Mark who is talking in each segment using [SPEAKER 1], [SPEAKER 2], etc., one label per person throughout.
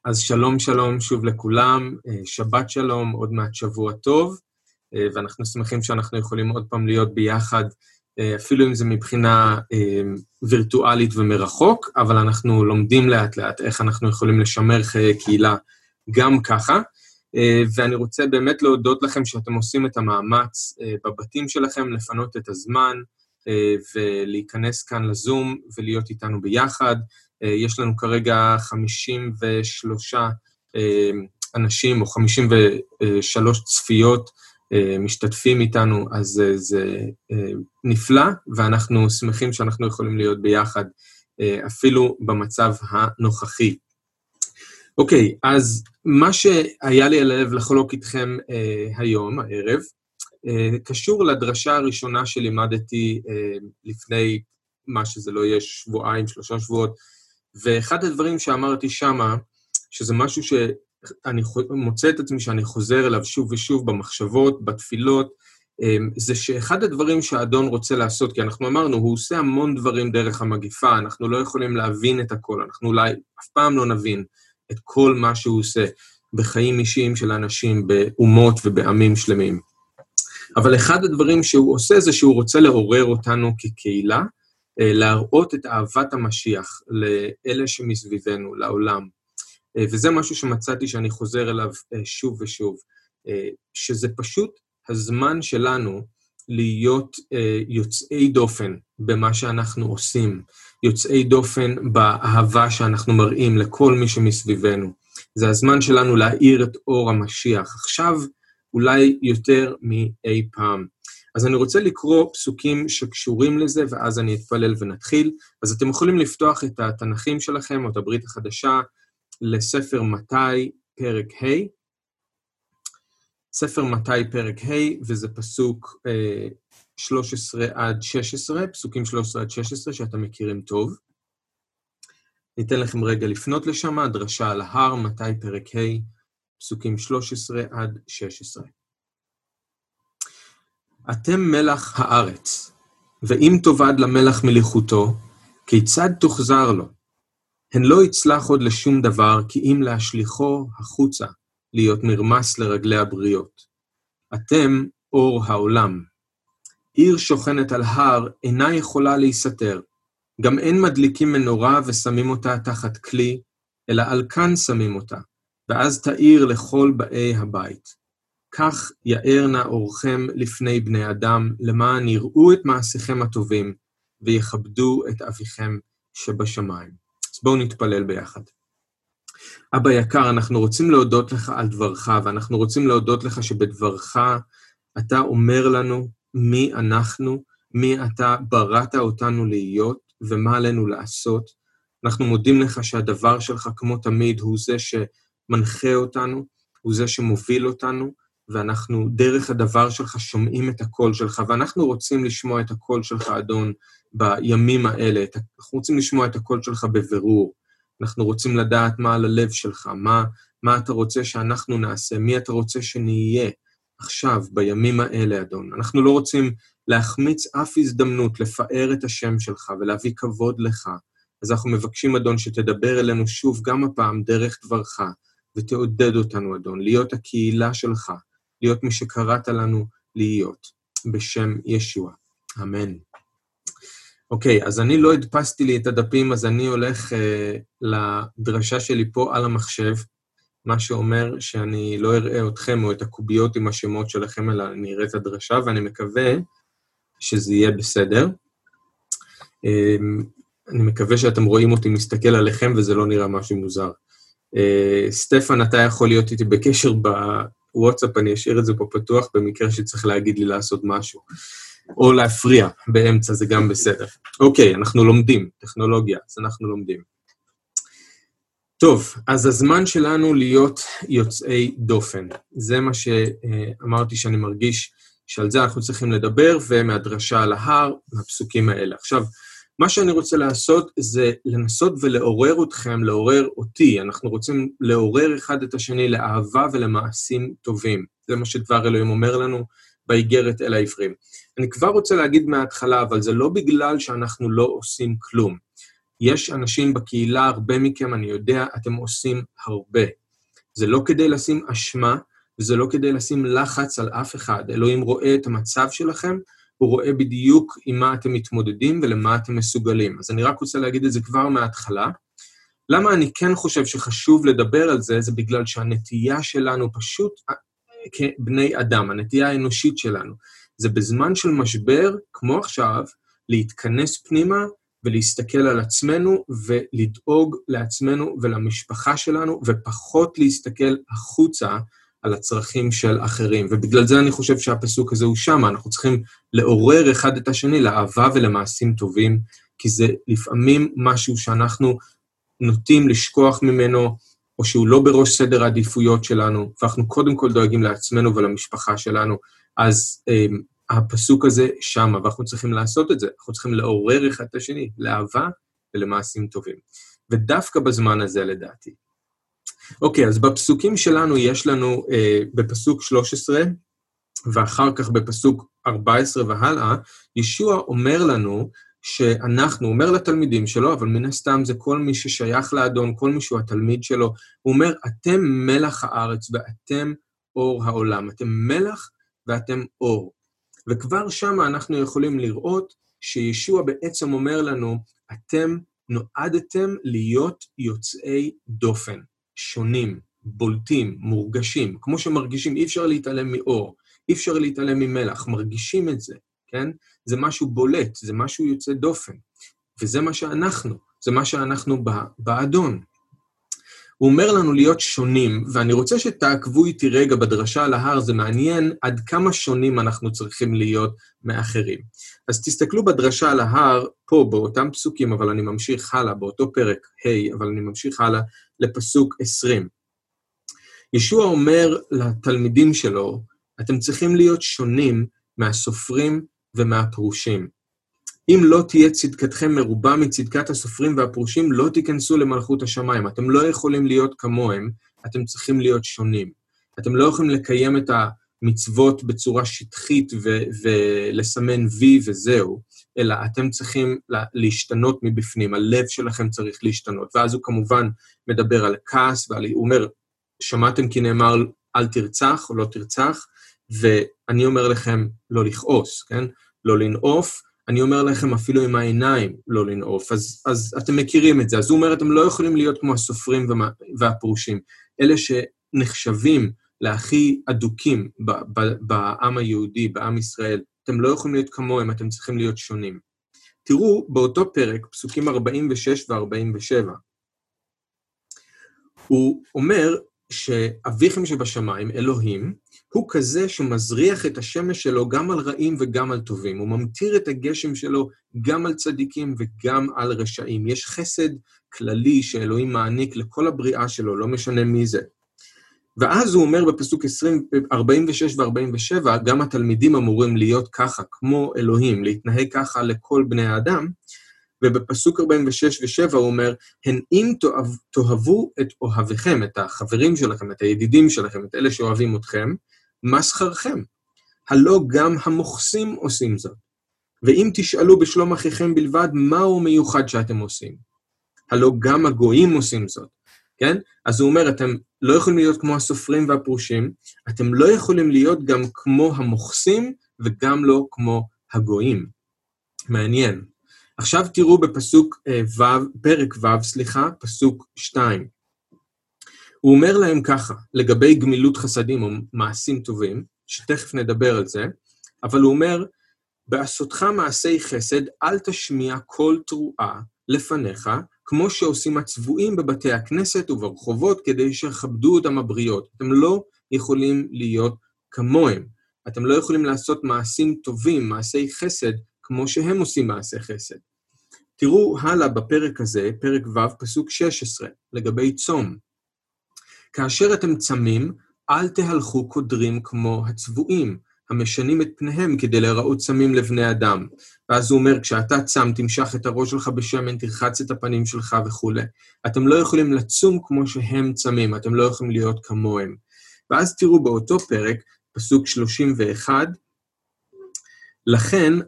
[SPEAKER 1] אז שלום שלום שוב לכולם, שבת שלום, עוד מעט שבוע טוב, ואנחנו שמחים שאנחנו יכולים עוד פעם להיות ביחד, אפילו אם זה מבחינה וירטואלית ומרחוק, אבל אנחנו לומדים לאט לאט איך אנחנו יכולים לשמר חיי קהילה גם ככה, ואני רוצה באמת להודות לכם שאתם עושים את המאמץ בבתים שלכם, לפנות את הזמן, ולהיכנס כאן לזום ולהיות איתנו ביחד. יש לנו כרגע 53 אנשים, או 53 צפיות משתתפים איתנו, אז זה נפלא, ואנחנו שמחים שאנחנו יכולים להיות ביחד, אפילו במצב הנוכחי. אוקיי, אז מה שהיה לי על הלב לחלוק איתכם היום, הערב, קשור לדרשה הראשונה שלימדתי לפני מה שזה לא יהיה שבועיים, 3 שבועות, ואחד הדברים שאמרתי שמה, שזה משהו שאני מוצא את עצמי שאני חוזר אליו שוב ושוב במחשבות, בתפילות, זה שאחד הדברים שהאדון רוצה לעשות, כי אנחנו אמרנו, הוא עושה המון דברים דרך המגיפה, אנחנו לא יכולים להבין את הכל, אנחנו אולי אף פעם לא נבין את כל מה שהוא עושה בחיים אישיים של אנשים, באומות ובעמים שלמים. אבל אחד הדברים שהוא עושה זה שהוא רוצה לעורר אותנו כקהילה, להראות את אהבת המשיח לאלה שמסביבנו, לעולם. וזה משהו שמצאתי שאני חוזר אליו שוב ושוב, שזה פשוט הזמן שלנו להיות יוצאי דופן במה שאנחנו עושים, יוצאי דופן באהבה שאנחנו מראים לכל מי שמסביבנו. זה הזמן שלנו להאיר את אור המשיח, עכשיו אולי יותר מאי פעם. אז אני רוצה לקרוא פסוקים שקשורים לזה, ואז אני אתפלל ונתחיל. אז אתם יכולים לפתוח את התנ"כים שלכם, או את הברית החדשה, לספר מתי פרק ה', ספר מתי פרק ה', וזה פסוק 13 עד 16, פסוקים 13 עד 16, שאתם מכירים טוב. ניתן לכם רגע לפנות לשם, הדרשה על ההר, מתי פרק ה', פסוקים 13 עד 16. אתם מלח הארץ, ואם תאבד למלח מליחותו, כיצד תוחזר לו? הן לא יצלח עוד לשום דבר, כי אם להשליחו החוצה, להיות מרמס לרגלי הבריות. אתם אור העולם. עיר שוכנת על הר אינה יכולה להיסתר, גם אין מדליקים מנורה ושמים אותה תחת כלי, אלא על כאן שמים אותה, ואז תאיר לכל באי הבית. כך יאר נא אורכם לפני בני אדם, למען יראו את מעשיכם הטובים, ויכבדו את אביכם שבשמיים. אז בואו נתפלל ביחד. אבא יקר, אנחנו רוצים להודות לך על דברך, ואנחנו רוצים להודות לך שבדברך אתה אומר לנו מי אנחנו, מי אתה בראת אותנו להיות, ומה עלינו לעשות. אנחנו מודים לך שהדבר שלך כמו תמיד הוא זה שמנחה אותנו, הוא זה שמוביל אותנו, ואנחנו דרך הדבר שלך שומעים את הקול שלך, ואנחנו רוצים לשמוע את הקול שלך, אדון, בימים האלה. אנחנו רוצים לשמוע את הקול שלך בבירור. אנחנו רוצים לדעת מה על הלב שלך, מה אתה רוצה שאנחנו נעשה, מי אתה רוצה שנהיה עכשיו, בימים האלה, אדון. אנחנו לא רוצים להחמיץ אף הזדמנות לפאר את השם שלך ולהביא כבוד לך. אז אנחנו מבקשים, אדון, שתדבר אלינו שוב גם הפעם דרך דברך, ותעודד אותנו, אדון, להיות הקהילה שלך, להיות מי שקראת לנו להיות, בשם ישוע. אמן. אוקיי, אז אני לא הדפסתי לי את הדפים, אז אני הולך לדרשה שלי פה על המחשב, מה שאומר שאני לא אראה אתכם או את הקוביות עם השמות שלכם, אלא אני אראה את הדרשה, ואני מקווה שזה יהיה בסדר. אני מקווה שאתם רואים אותי מסתכל עליכם, וזה לא נראה משהו מוזר. סטפן, אתה יכול להיות איתי בקשר בוואטסאפ, אני אשאיר את זה פה פתוח, במקרה שצריך להגיד לי לעשות משהו. או להפריע באמצע, זה גם בסדר. אוקיי, אנחנו לומדים, טכנולוגיה, אז אנחנו לומדים. טוב, אז הזמן שלנו להיות יוצאי דופן. זה מה שאמרתי שאני מרגיש שעל זה אנחנו צריכים לדבר, ומהדרשה על ההר, מהפסוקים האלה. עכשיו, מה שאני רוצה לעשות זה לנסות ולעורר אתכם, לעורר אותי. אנחנו רוצים לעורר אחד את השני לאהבה ולמעשים טובים. זה מה שדבר אלוהים אומר לנו באיגרת אל העברים. אני כבר רוצה להגיד מההתחלה, אבל זה לא בגלל שאנחנו לא עושים כלום. יש אנשים בקהילה, הרבה מכם, אני יודע, אתם עושים הרבה. זה לא כדי לשים אשמה, וזה לא כדי לשים לחץ על אף אחד. אלוהים רואה את המצב שלכם, הוא רואה בדיוק עם מה אתם מתמודדים ולמה אתם מסוגלים. אז אני רק רוצה להגיד את זה כבר מההתחלה. למה אני כן חושב שחשוב לדבר על זה, זה בגלל שהנטייה שלנו פשוט כבני אדם, הנטייה האנושית שלנו, זה בזמן של משבר, כמו עכשיו, להתכנס פנימה ולהסתכל על עצמנו ולדאוג לעצמנו ולמשפחה שלנו, ופחות להסתכל החוצה על הצרכים של אחרים. ובגלל זה אני חושב שהפסוק הזה הוא שם, אנחנו צריכים לעורר אחד את השני לאהבה ולמעשים טובים, כי זה לפעמים משהו שאנחנו נוטים לשכוח ממנו, או שהוא לא בראש סדר העדיפויות שלנו, ואנחנו קודם כל דואגים לעצמנו ולמשפחה שלנו, אז הפסוק הזה שם, ואנחנו צריכים לעשות את זה, אנחנו צריכים לעורר אחד את השני, לאהבה ולמעשים טובים. ודווקא בזמן הזה לדעתי. אוקיי, אז בפסוקים שלנו יש לנו בפסוק 13, ואחר כך בפסוק 14 והלאה, ישוע אומר לנו שאנחנו, הוא אומר לתלמידים שלו, אבל מן הסתם זה כל מי ששייך לאדון, כל מי שהוא התלמיד שלו, הוא אומר, אתם מלח הארץ ואתם אור העולם, אתם מלח ואתם אור. וכבר שם אנחנו יכולים לראות שישוע בעצם אומר לנו, אתם נועדתם להיות יוצאי דופן, שונים, בולטים, מורגשים, כמו שמרגישים, אי אפשר להתעלם מאור, אי אפשר להתעלם ממלח, מרגישים את זה, כן? זה משהו בולט, זה משהו יוצא דופן, וזה מה שאנחנו, זה מה שאנחנו באדון. הוא אומר לנו להיות שונים, ואני רוצה שתעקבו איתי רגע בדרשה על ההר, זה מעניין עד כמה שונים אנחנו צריכים להיות מאחרים. אז תסתכלו בדרשה על ההר, פה באותם פסוקים, אבל אני ממשיך הלאה, באותו פרק, אבל אני ממשיך הלאה לפסוק 20. ישוע אומר לתלמידים שלו, אתם צריכים להיות שונים מהסופרים ומהפרושים. אם לא תהיה צדקתכם מרובה מצדקת הסופרים והפרושים, לא תיכנסו למלכות השמיים. אתם לא יכולים להיות כמוהם, אתם צריכים להיות שונים. אתם לא יכולים לקיים את המצוות בצורה שטחית ולסמן וי וזהו, אלא אתם צריכים להשתנות מבפנים, הלב שלכם צריך להשתנות. ואז הוא כמובן מדבר על כעס, הוא אומר, שמעתם כי נאמר אל תרצח או לא תרצח, ואני אומר לכם לא לכעוס, כן? לא לנעוף, אני אומר לכם אפילו עם העיניים לא לנעוף, אז אתם מכירים את זה. אז הוא אומר, אתם לא יכולים להיות כמו הסופרים והפרושים, אלה שנחשבים להכי אדוקים בעם היהודי, בעם ישראל, אתם לא יכולים להיות כמוהם, אתם צריכים להיות שונים. תראו באותו פרק, פסוקים 46 ו-47, הוא אומר שאביכם שבשמיים, אלוהים, הוא כזה שמזריח את השמש שלו גם על רעים וגם על טובים. הוא ממטיר את הגשם שלו גם על צדיקים וגם על רשעים. יש חסד כללי שאלוהים מעניק לכל הבריאה שלו, לא משנה מי זה. ואז הוא אומר בפסוק 46 ו-47, גם התלמידים אמורים להיות ככה, כמו אלוהים, להתנהג ככה לכל בני האדם, ובפסוק 46 ו-7 הוא אומר, הן אם תאהבו את אוהביכם, את החברים שלכם, את הידידים שלכם, את אלה שאוהבים אתכם, מה שכרכם? הלא גם המוכסים עושים זאת. ואם תשאלו בשלום אחיכם בלבד, מהו מיוחד שאתם עושים? הלא גם הגויים עושים זאת. כן? אז הוא אומר, אתם לא יכולים להיות כמו הסופרים והפרושים, אתם לא יכולים להיות גם כמו המוכסים, וגם לא כמו הגויים. מעניין. עכשיו תראו בפסוק פרק ו', פסוק 2. הוא אומר להם ככה, לגבי גמילות חסדים או מעשים טובים, שתכף נדבר על זה, אבל הוא אומר, בעשותך מעשי חסד, אל תשמיע כל תרועה לפניך, כמו שעושים הצבועים בבתי הכנסת וברחובות, כדי שיכבדו אותם הבריות. אתם לא יכולים להיות כמוהם. אתם לא יכולים לעשות מעשים טובים, מעשי חסד, כמו שהם עושים מעשי חסד. תראו הלאה בפרק הזה, פרק ו', פסוק 16, לגבי צום. כאשר אתם צמים, אל תהלכו קודרים כמו הצבועים, המשנים את פניהם כדי להיראות צמים לבני אדם. ואז הוא אומר, כשאתה צם, תמשך את הראש שלך בשמן, תרחץ את הפנים שלך וכו'. אתם לא יכולים לצום כמו שהם צמים, אתם לא יכולים להיות כמוהם. ואז תראו באותו פרק, פסוק 31, לכן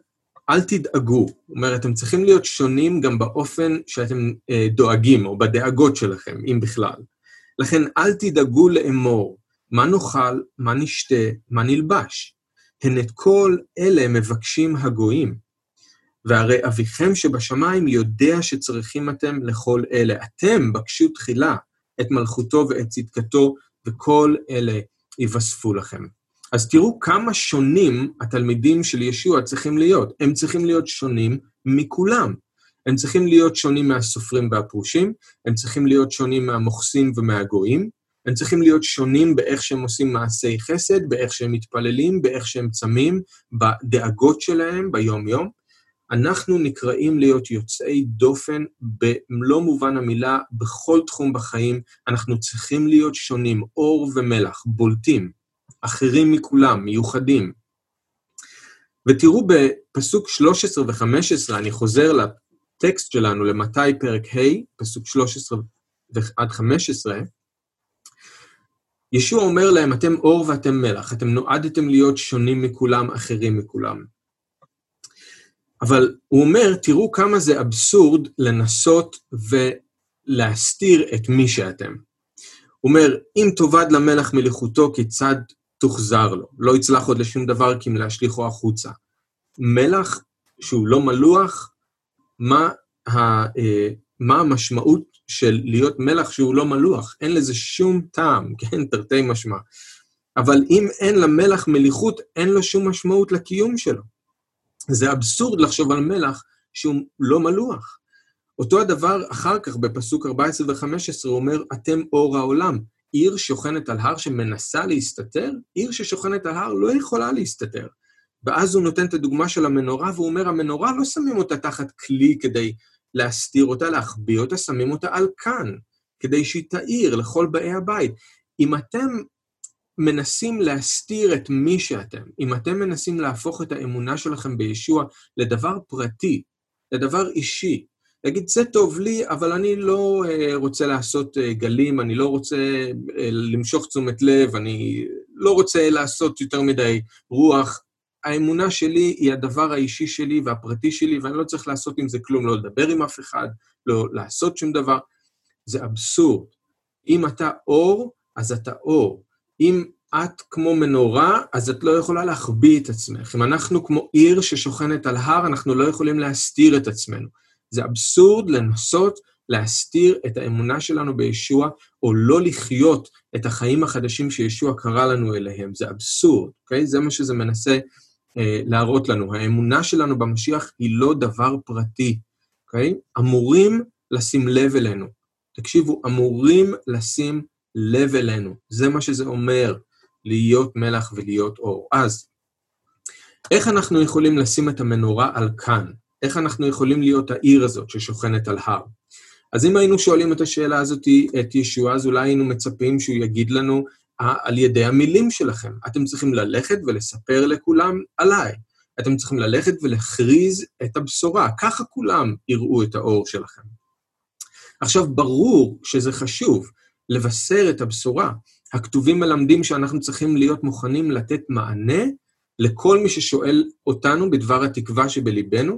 [SPEAKER 1] אל תדאגו. הוא אומר, אתם צריכים להיות שונים גם באופן שאתם דואגים, או בדאגות שלכם, אם בכלל. לכן אל תדאגו לאמור, מה נאכל, מה נשתה, מה נלבש. הן את כל אלה מבקשים הגויים. והרי אביכם שבשמיים יודע שצריכים אתם לכל אלה. אתם בקשו תחילה את מלכותו ואת צדקתו, וכל אלה יבספו לכם. אז תראו כמה שונים התלמידים של ישוע צריכים להיות. הם צריכים להיות שונים מכולם. הם צריכים להיות שונים מהסופרים והפרושים, הם צריכים להיות שונים מהמוכסים ומהגויים, הם צריכים להיות שונים באיך שהם עושים מעשי חסד, באיך שהם מתפללים, באיך שהם צמים, בדאגות שלהם ביום-יום. אנחנו נקראים להיות יוצאי דופן במלוא מובן המילה, בכל תחום בחיים. אנחנו צריכים להיות שונים, אור ומלח, בולטים, אחרים מכולם, מיוחדים. ותראו בפסוק 13 ו-15, אני חוזר לטקסט שלנו, למתי פרק ה', פסוק 13 עד 15, ישוע אומר להם, אתם אור ואתם מלח, אתם נועדתם להיות שונים מכולם, אחרים מכולם. אבל הוא אומר, תראו כמה זה אבסורד לנסות ולהסתיר את מי שאתם. הוא אומר, אם תאבד למלח מלכותו, כיצד תוחזר לו? לא יצלח עוד לשום דבר, כי אם להשליחו החוצה. מלח שהוא לא מלוח, מה המשמעות של להיות מלח שהוא לא מלוח? אין לזה שום טעם, כן, תרתי משמע. אבל אם אין למלח מליחות, אין לו שום משמעות לקיום שלו. זה אבסורד לחשוב על מלח שהוא לא מלוח. אותו הדבר אחר כך בפסוק 14 ו-15 הוא אומר, אתם אור העולם. עיר שוכנת על הר שמנסה להסתתר, עיר ששוכנת על הר לא יכולה להסתתר. ואז הוא נותן את הדוגמה של המנורה, והוא אומר, המנורה לא שמים אותה תחת כלי כדי להסתיר אותה, להחביא אותה, שמים אותה על כאן, כדי שהיא תאיר לכל באי הבית. אם אתם מנסים להסתיר את מי שאתם, אם אתם מנסים להפוך את האמונה שלכם בישוע לדבר פרטי, לדבר אישי, להגיד, זה טוב לי, אבל אני לא רוצה לעשות גלים, אני לא רוצה למשוך תשומת לב, אני לא רוצה לעשות יותר מדי רוח. האמונה שלי היא הדבר האישי שלי והפרטי שלי, ואני לא צריך לעשות עם זה כלום, לא לדבר עם אף אחד, לא לעשות שום דבר. זה אבסורד. אם אתה אור, אז אתה אור. אם את כמו מנורה, אז את לא יכולה להחביא את עצמך. אם אנחנו כמו עיר ששוכנת על הר, אנחנו לא יכולים להסתיר את עצמנו. זה אבסורד לנסות להסתיר את האמונה שלנו בישוע, או לא לחיות את החיים החדשים שישוע קרא לנו אליהם. זה אבסורד, אוקיי? זה מה שזה מנסה להראות לנו. האמונה שלנו במשיח היא לא דבר פרטי, אוקיי? אמורים לשים לב אלינו. תקשיבו, אמורים לשים לב אלינו. זה מה שזה אומר, להיות מלח ולהיות אור. אז, איך אנחנו יכולים לשים את המנורה על כאן? איך אנחנו יכולים להיות העיר הזאת ששוכנת על הר? אז אם היינו שואלים את השאלה הזאת, את ישוע, אז אולי היינו מצפים שהוא יגיד לנו, על ידי המילים שלכם. אתם צריכים ללכת ולספר לכולם עליי. אתם צריכים ללכת ולהכריז את הבשורה. ככה כולם יראו את האור שלכם. עכשיו, ברור שזה חשוב לבשר את הבשורה. הכתובים מלמדים שאנחנו צריכים להיות מוכנים לתת מענה לכל מי ששואל אותנו בדבר התקווה שבליבנו,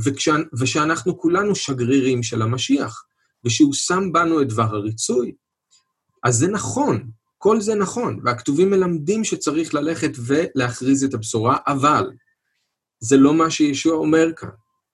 [SPEAKER 1] ושאנחנו כולנו שגרירים של המשיח, ושהוא שם בנו את דבר הריצוי. אז זה נכון, כל זה נכון, והכתובים מלמדים שצריך ללכת ולהכריז את הבשורה, אבל זה לא מה שישוע אומר כאן.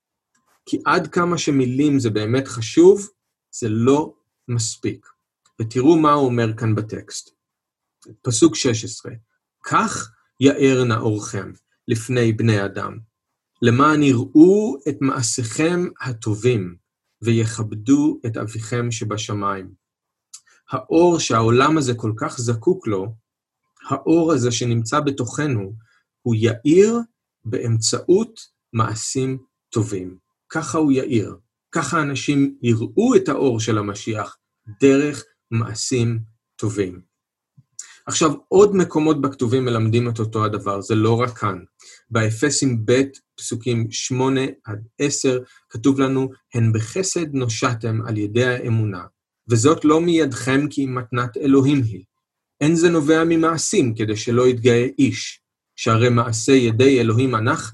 [SPEAKER 1] כי עד כמה שמילים זה באמת חשוב, זה לא מספיק. ותראו מה הוא אומר כאן בטקסט. פסוק 16, כך יאר נא אורכם לפני בני אדם, למען יראו את מעשיכם הטובים, ויכבדו את אביכם שבשמיים. האור שהעולם הזה כל כך זקוק לו, האור הזה שנמצא בתוכנו, הוא יאיר באמצעות מעשים טובים. ככה הוא יאיר. ככה אנשים יראו את האור של המשיח דרך מעשים טובים. עכשיו, עוד מקומות בכתובים מלמדים את אותו הדבר, זה לא רק כאן. באפסים ב' פסוקים 8-10, כתוב לנו, הן בחסד נושעתם על ידי האמונה, וזאת לא מידכם כי מתנת אלוהים היא. אין זה נובע ממעשים כדי שלא יתגאה איש, שהרי מעשה ידי אלוהים אנחנו,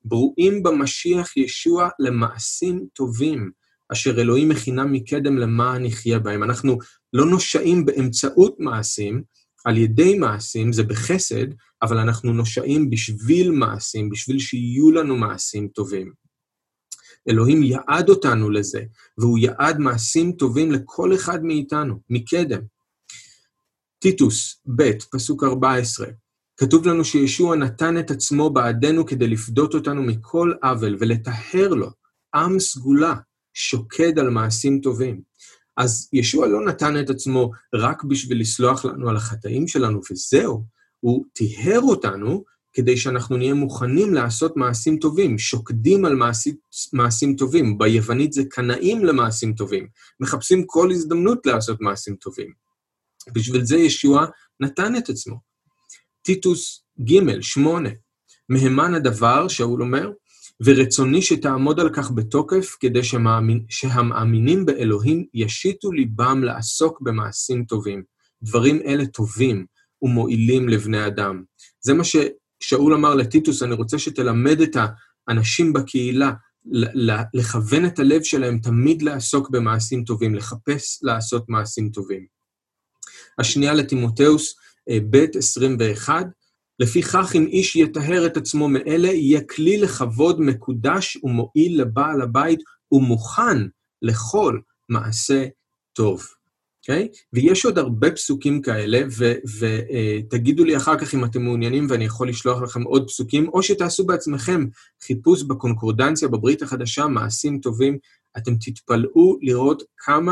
[SPEAKER 1] ברואים במשיח ישוע למעשים טובים, אשר אלוהים מכינם מקדם למען נחיה בהם. אנחנו לא נושעים באמצעות מעשים, על ידי מעשים, זה בחסד, אבל אנחנו נושעים בשביל מעשים, בשביל שיהיו לנו מעשים טובים. אלוהים יעד אותנו לזה, והוא יעד מעשים טובים לכל אחד מאיתנו, מקדם. טיטוס, ב', פסוק 14. כתוב לנו שישוע נתן את עצמו בעדנו כדי לפדות אותנו מכל עוול ולטהר לו, עם סגולה, שוקד על מעשים טובים. אז ישוע לא נתן את עצמו רק בשביל לסלוח לנו על החטאים שלנו, וזהו, הוא טיהר אותנו כדי שאנחנו נהיה מוכנים לעשות מעשים טובים, שוקדים על מעשים טובים, ביוונית זה קנאים למעשים טובים, מחפשים כל הזדמנות לעשות מעשים טובים. בשביל זה ישוע נתן את עצמו. טיטוס ג' 8, מהימן הדבר, שאול אומר, ורצוני שתעמוד על כך בתוקף, כדי שהמאמינים באלוהים ישיתו ליבם לעסוק במעשים טובים. דברים אלה טובים ומועילים לבני אדם. זה מה ששאול אמר לטיטוס, אני רוצה שתלמד את האנשים בקהילה, לכוון את הלב שלהם תמיד לעסוק במעשים טובים, לחפש לעשות מעשים טובים. השנייה לתימותאוס, ב' 21, לפיכך אם איש יטהר את עצמו מאלה, יהיה כלי לכבוד מקודש ומועיל לבעל הבית, ומוכן לכל מעשה טוב. Okay? ויש עוד הרבה פסוקים כאלה, ותגידו לי אחר כך אם אתם מעוניינים, ואני יכול לשלוח לכם עוד פסוקים, או שתעשו בעצמכם חיפוש בקונקורדנציה, בברית החדשה, מעשים טובים, אתם תתפלאו לראות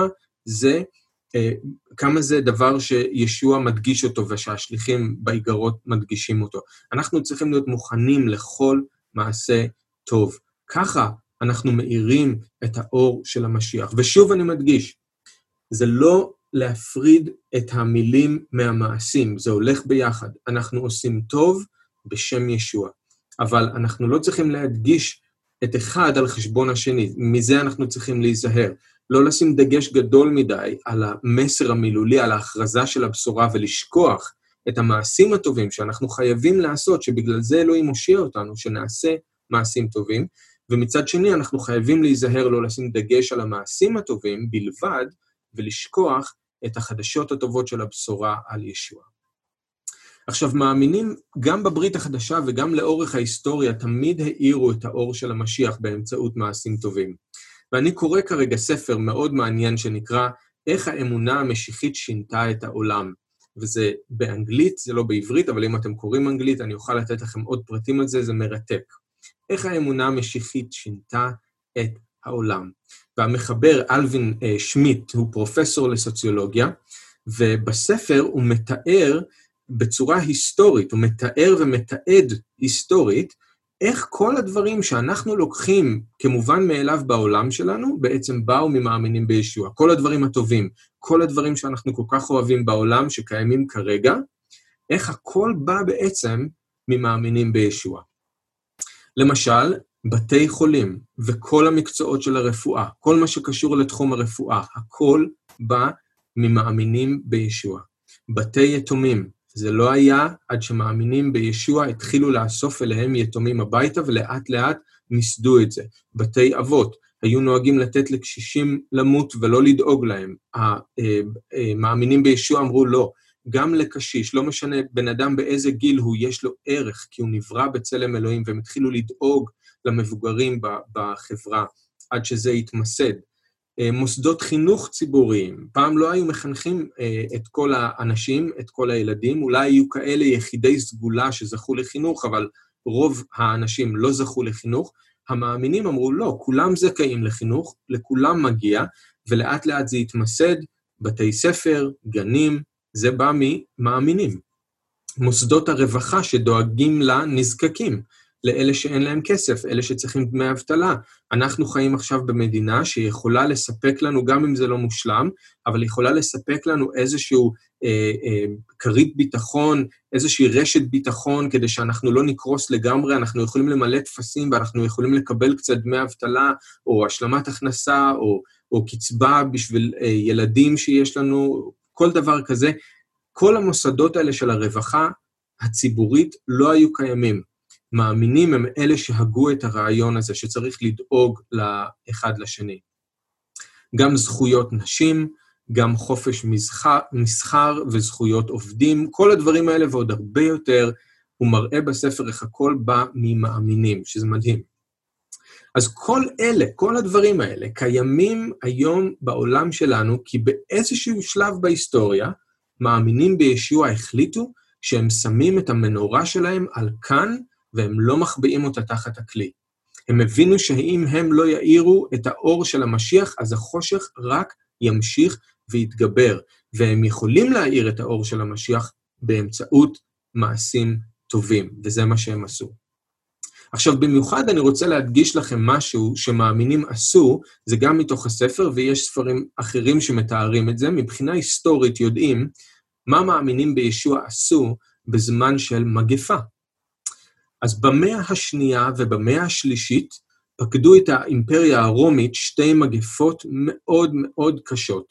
[SPEAKER 1] כמה זה דבר שישוע מדגיש אותו, ושהשליחים באיגרות מדגישים אותו. אנחנו צריכים להיות מוכנים לכל מעשה טוב. ככה אנחנו מאירים את האור של המשיח. ושוב אני מדגיש, זה לא להפריד את המילים מהמעשים, זה הולך ביחד. אנחנו עושים טוב בשם ישוע, אבל אנחנו לא צריכים להדגיש את אחד על חשבון השני, מזה אנחנו צריכים להיזהר. לא לשים דגש גדול מדי על המסר המילולי, על ההכרזה של הבשורה, ולשכוח את המעשים הטובים שאנחנו חייבים לעשות, שבגלל זה אלוהים מושיע אותנו, שנעשה מעשים טובים, ומצד שני אנחנו חייבים להיזהר לא לשים דגש על המעשים הטובים בלבד, ולשכוח את החדשות הטובות של הבשורה על ישוע. עכשיו, מאמינים גם בברית החדשה וגם לאורך ההיסטוריה, תמיד האירו את האור של המשיח באמצעות מעשים טובים. ואני קורא כרגע ספר מאוד מעניין שנקרא איך האמונה המשיחית שינתה את העולם. וזה באנגלית, זה לא בעברית, אבל אם אתם קוראים אנגלית, אני אוכל לתת לכם עוד פרטים על זה, זה מרתק. איך האמונה המשיחית שינתה את העולם. והמחבר אלווין שמיט הוא פרופסור לסוציולוגיה, ובספר הוא מתאר בצורה היסטורית, הוא מתאר ומתעד היסטורית, איך כל הדברים שאנחנו לוקחים כמובן מאליו בעולם שלנו, בעצם באו ממאמינים בישוע. כל הדברים הטובים, כל הדברים שאנחנו כל כך אוהבים בעולם שקיימים כרגע, איך הכל בא בעצם ממאמינים בישוע. למשל, בתי חולים וכל המקצועות של הרפואה, כל מה שקשור לתחום הרפואה, הכל בא ממאמינים בישוע. בתי יתומים, זה לא היה עד שמאמינים בישוע התחילו לאסוף אליהם יתומים הביתה, ולאט לאט מסדו את זה. בתי אבות, היו נוהגים לתת לקשישים למות ולא לדאוג להם. המאמינים בישוע אמרו לא, גם לקשיש, לא משנה בן אדם באיזה גיל הוא, יש לו ערך, כי הוא נברא בצלם אלוהים, והם התחילו לדאוג למבוגרים בחברה, עד שזה יתמסד. מוסדות חינוך ציבוריים, פעם לא היו מחנכים את כל האנשים, את כל הילדים, אולי היו כאלה יחידי סגולה שזכו לחינוך, אבל רוב האנשים לא זכו לחינוך. המאמינים אמרו לא, כולם זכאים לחינוך, לכולם מגיע, ולאט לאט זה יתמסד, בתי ספר, גנים, זה בא ממאמינים. מוסדות הרווחה שדואגים לנזקקים, לאלה שאין להם כסף, אלה שצריכים דמי אבטלה. אנחנו חיים עכשיו במדינה שיכולה לספק לנו, גם אם זה לא מושלם, אבל יכולה לספק לנו איזשהו כרית ביטחון, איזושהי רשת ביטחון, כדי שאנחנו לא נקרוס לגמרי, אנחנו יכולים למלא תפסים, ואנחנו יכולים לקבל קצת דמי אבטלה, או השלמת הכנסה, או קצבה בשביל ילדים שיש לנו, כל דבר כזה. כל המוסדות האלה של הרווחה הציבורית לא היו קיימים. מאמינים הם אלה שהגו את הרעיון הזה, שצריך לדאוג לאחד לשני. גם זכויות נשים, גם חופש מסחר וזכויות עובדים, כל הדברים האלה ועוד הרבה יותר, הוא מראה בספר איך הכל בא ממאמינים, שזה מדהים. אז כל הדברים האלה קיימים היום בעולם שלנו, כי באיזשהו שלב בהיסטוריה, מאמינים בישוע החליטו שהם שמים את המנורה שלהם על כאן, והם לא מחביאים אותה תחת הכלי. הם הבינו שאם הם לא יאירו את האור של המשיח, אז החושך רק ימשיך ויתגבר, והם יכולים להאיר את האור של המשיח באמצעות מעשים טובים, וזה מה שהם עשו. עכשיו, במיוחד אני רוצה להדגיש לכם משהו שמאמינים עשו, זה גם מתוך הספר, ויש ספרים אחרים שמתארים את זה, מבחינה היסטורית יודעים מה מאמינים בישוע עשו בזמן של מגפה. אז במאה השנייה ובמאה השלישית פקדו את האימפריה הרומית שתי מגפות מאוד מאוד קשות.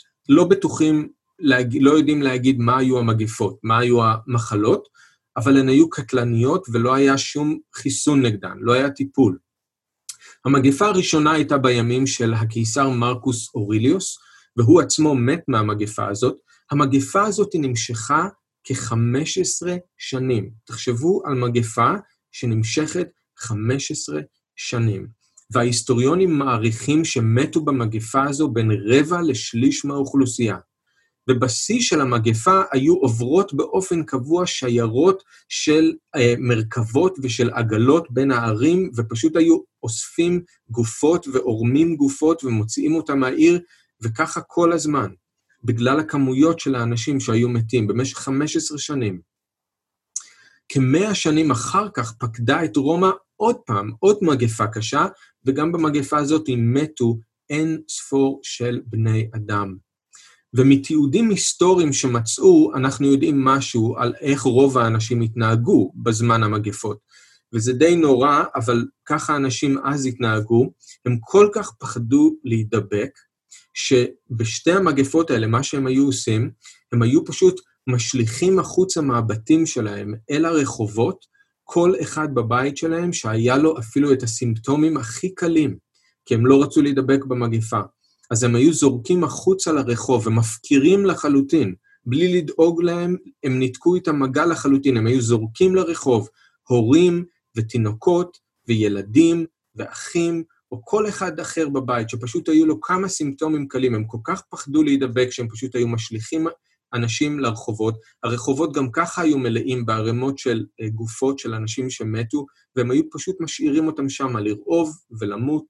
[SPEAKER 1] לא יודעים להגיד מה היו המגפות, מה היו המחלות, אבל הן היו קטלניות ולא היה שום חיסון נגדן, לא היה טיפול. המגפה הראשונה הייתה בימים של הקיסר מרקוס אוריליוס, והוא עצמו מת מהמגפה הזאת. המגפה הזאת נמשכה כ-15 שנים. תחשבו על מגפה שנמשכת 15 שנים. וההיסטוריונים מעריכים שמתו במגפה הזו בין רבע לשליש מהאוכלוסייה. בבסיס של המגפה היו עוברות באופן קבוע שיירות של מרכבות ושל עגלות בין הערים, ופשוט היו אוספים גופות ועורמים גופות ומוציאים אותם מהעיר, וככה כל הזמן, בגלל הכמויות של האנשים שהיו מתים במשך 15 שנים. כ100 שנים אחר כך פקדה את רומא עוד מגפה קשה, וגם במגפה הזאת מתו אין ספור של בני אדם. ומתיעודים היסטוריים שמצאו, אנחנו יודעים משהו על איך רוב האנשים התנהגו בזמן המגפות. וזה די נורא, אבל ככה אנשים אז התנהגו, הם כל כך פחדו להידבק, שבשתי המגפות האלה, מה שהם היו עושים, הם היו פשוט משליכים החוצה מהבתים שלהם אל הרחובות, כל אחד בבית שלהם שהיה לו אפילו את הסימפטומים הכי קלים, כי הם לא רצו להידבק במגפה. אז הם היו זורקים החוצה לרחוב, הם מפקירים לחלוטין, בלי לדאוג להם, הם ניתקו את המגע לחלוטין, הם היו זורקים לרחוב, הורים ותינוקות וילדים ואחים, או כל אחד אחר בבית, שפשוט היו לו כמה סימפטומים קלים, הם כל כך פחדו להידבק, שהם פשוט היו משליכים אנשים לרחובות, הרחובות גם ככה היו מלאים בערימות של גופות של אנשים שמתו, והם היו פשוט משאירים אותם שם, לרעוב ולמות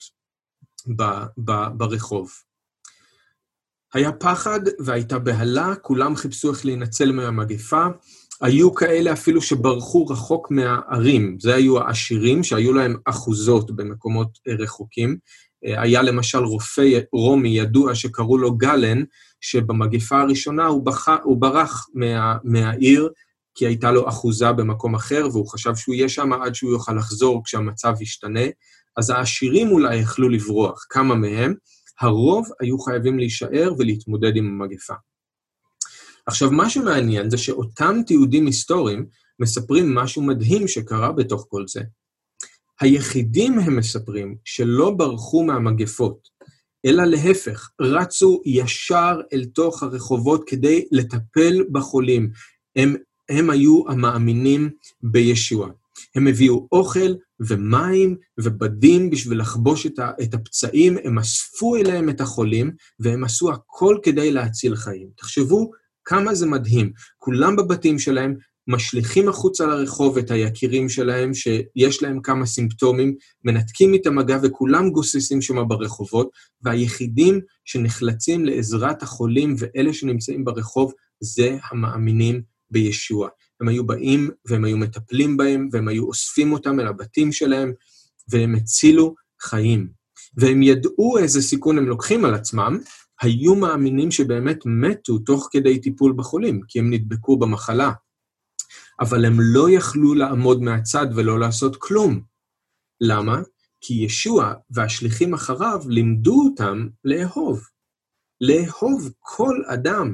[SPEAKER 1] ברחוב. היה פחד והייתה בהלה, כולם חיפשו איך להינצל מהמגפה, היו כאלה אפילו שברחו רחוק מהערים, זה היו העשירים שהיו להם אחוזות במקומות רחוקים, היה למשל רופא רומי ידוע שקראו לו גלן, שבמגפה הראשונה הוא ברח מהעיר, כי הייתה לו אחוזה במקום אחר, והוא חשב שהוא יהיה שם עד שהוא יוכל לחזור כשהמצב ישתנה, אז העשירים אולי יכלו לברוח, כמה מהם, הרוב היו חייבים להישאר ולהתמודד עם המגפה. עכשיו, מה שמעניין זה שאותם תיעודים היסטוריים מספרים משהו מדהים שקרה בתוך כל זה. היחידים הם מספרים שלא ברחו מהמגפות, אלא להפך, רצו ישר אל תוך הרחובות כדי לטפל בחולים. הם היו המאמינים בישוע. הם הביאו אוכל ומים ובדים בשביל לחבוש את הפצעים, הם אספו אליהם את החולים, והם עשו הכל כדי להציל חיים. תחשבו כמה זה מדהים. כולם בבתים שלהם משליכים החוצה לרחוב את היקירים שלהם, שיש להם כמה סימפטומים, מנתקים את המגע וכולם גוססים שם ברחובות, והיחידים שנחלצים לעזרת החולים ואלה שנמצאים ברחוב, זה המאמינים בישוע. הם היו באים והם היו מטפלים בהם, והם היו אוספים אותם אל הבתים שלהם, והם הצילו חיים. והם ידעו איזה סיכון הם לוקחים על עצמם, היו מאמינים שבאמת מתו תוך כדי טיפול בחולים, כי הם נדבקו במחלה. אבל הם לא יכלו לעמוד מהצד ולא לעשות כלום. למה? כי ישוע והשליחים אחריו לימדו אותם לאהוב. לאהוב כל אדם.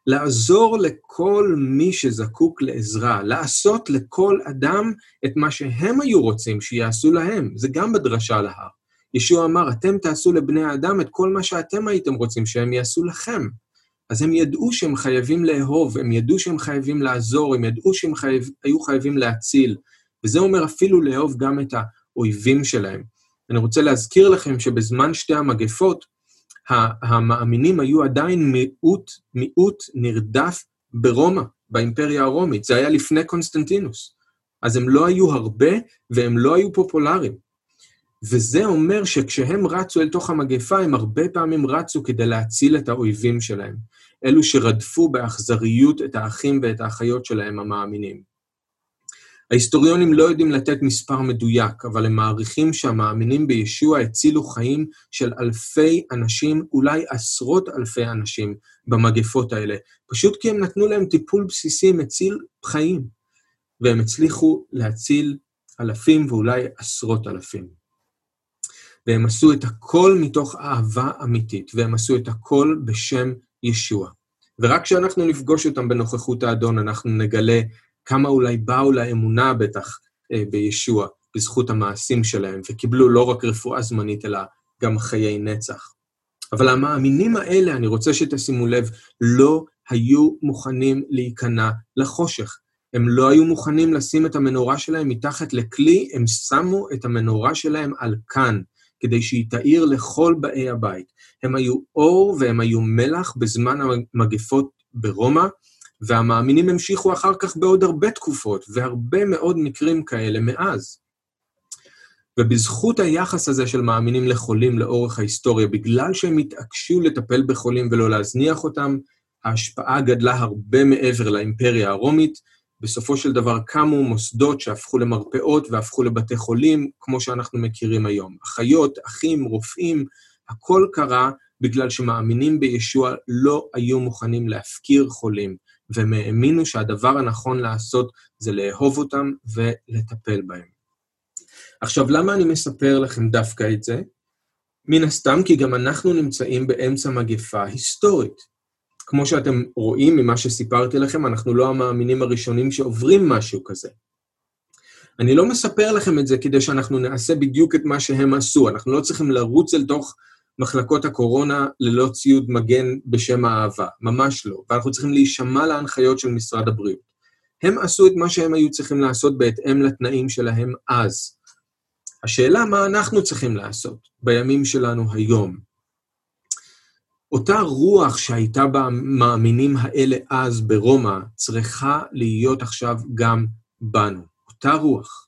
[SPEAKER 1] לעזור לכל מי שזקוק לעזרה, לעשות לכל אדם את מה שהם היו רוצים שיעשו להם. זה גם בדרשה להר. ישוע אמר, אתם תעשו לבני האדם את כל מה שאתם הייתם רוצים שהם יעשו לכם. אז הם ידעו שהם חייבים לאהוב, הם ידעו שהם חייבים לעזור, הם ידעו שהם היו חייבים להציל. וזה אומר אפילו לאהוב גם את האויבים שלהם. אני רוצה להזכיר לכם שבזמן שתי המגפות, המאמינים היו עדיין מיעוט נרדף ברומא, באימפריה הרומית. זה היה לפני קונסטנטינוס. אז הם לא היו הרבה והם לא היו פופולריים. וזה אומר שכשהם רצו אל תוך המגפה, הם הרבה פעמים רצו כדי להציל את האויבים שלהם. אלו שרדפו באכזריות את האחים ואת האחיות שלהם המאמינים. ההיסטוריונים לא יודעים לתת מספר מדויק, אבל הם מעריכים שהמאמינים בישוע הצילו חיים של אלפי אנשים, אולי עשרות אלפי אנשים במגפות האלה, פשוט כי הם נתנו להם טיפול בסיסי מציל חיים, והם הצליחו להציל אלפים ואולי עשרות אלפים. והם עשו את הכל מתוך אהבה אמיתית, והם עשו את הכל בשם ישוע. ורק כשאנחנו נפגוש אותם בנוכחות האדון, אנחנו נגלה כמה אולי באו לאמונה בטח בישוע, בזכות המעשים שלהם, וקיבלו לא רק רפואה זמנית, אלא גם חיי נצח. אבל המאמינים האלה, אני רוצה שתשימו לב, לא היו מוכנים להיכנע לחושך. הם לא היו מוכנים לשים את המנורה שלהם מתחת לכלי, הם שמו את המנורה שלהם על כאן, כדי שהיא תאיר לכל באי הבית. הם היו אור והם היו מלח בזמן המגפות ברומא, והמאמינים המשיכו אחר כך בעוד הרבה תקופות, והרבה מאוד מקרים כאלה מאז. ובזכות היחס הזה של מאמינים לחולים לאורך ההיסטוריה, בגלל שהם התעקשו לטפל בחולים ולא להזניח אותם, ההשפעה גדלה הרבה מעבר לאימפריה הרומית, בסופו של דבר קמו מוסדות שהפכו למרפאות והפכו לבתי חולים, כמו שאנחנו מכירים היום. אחיות, אחים, רופאים, הכל קרה בגלל שמאמינים בישוע לא היו מוכנים להפקיר חולים, והם האמינו שהדבר הנכון לעשות זה לאהוב אותם ולטפל בהם. עכשיו, למה אני מספר לכם דווקא את זה? מן הסתם, כי גם אנחנו נמצאים באמצע מגפה היסטורית. כמו שאתם רואים ממה שסיפרתי לכם, אנחנו לא המאמינים הראשונים שעוברים משהו כזה. אני לא מספר לכם את זה כדי שאנחנו נעשה בדיוק את מה שהם עשו. אנחנו לא צריכים לרוץ אל תוך מחלקות הקורונה ללא ציוד מגן בשם האהבה. ממש לא. ואנחנו צריכים להישמע להנחיות של משרד הבריאות. הם עשו את מה שהם היו צריכים לעשות בהתאם לתנאים שלהם אז. השאלה מה אנחנו צריכים לעשות בימים שלנו היום. אותה רוח שהייתה במאמינים האלה אז ברומא, צריכה להיות עכשיו גם בנו. אותה רוח.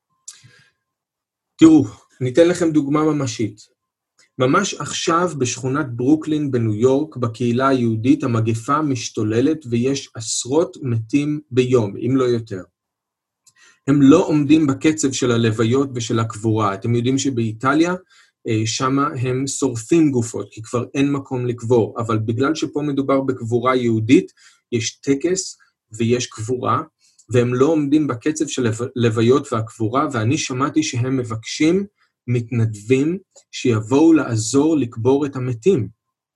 [SPEAKER 1] תראו, ניתן לכם דוגמה ממשית. ממש עכשיו בשכונת ברוקלין בניו יורק, בקהילה היהודית, המגפה משתוללת ויש עשרות מתים ביום, אם לא יותר. הם לא עומדים בקצב של הלוויות ושל הקבורה. אתם יודעים שבאיטליה, שמה הם שורפים גופות, כי כבר אין מקום לקבור, אבל בגלל שפה מדובר בקבורה יהודית, יש טקס ויש קבורה, והם לא עומדים בקצב של לוויות והקבורה, ואני שמעתי שהם מבקשים מתנדבים שיבואו לעזור לקבור את המתים.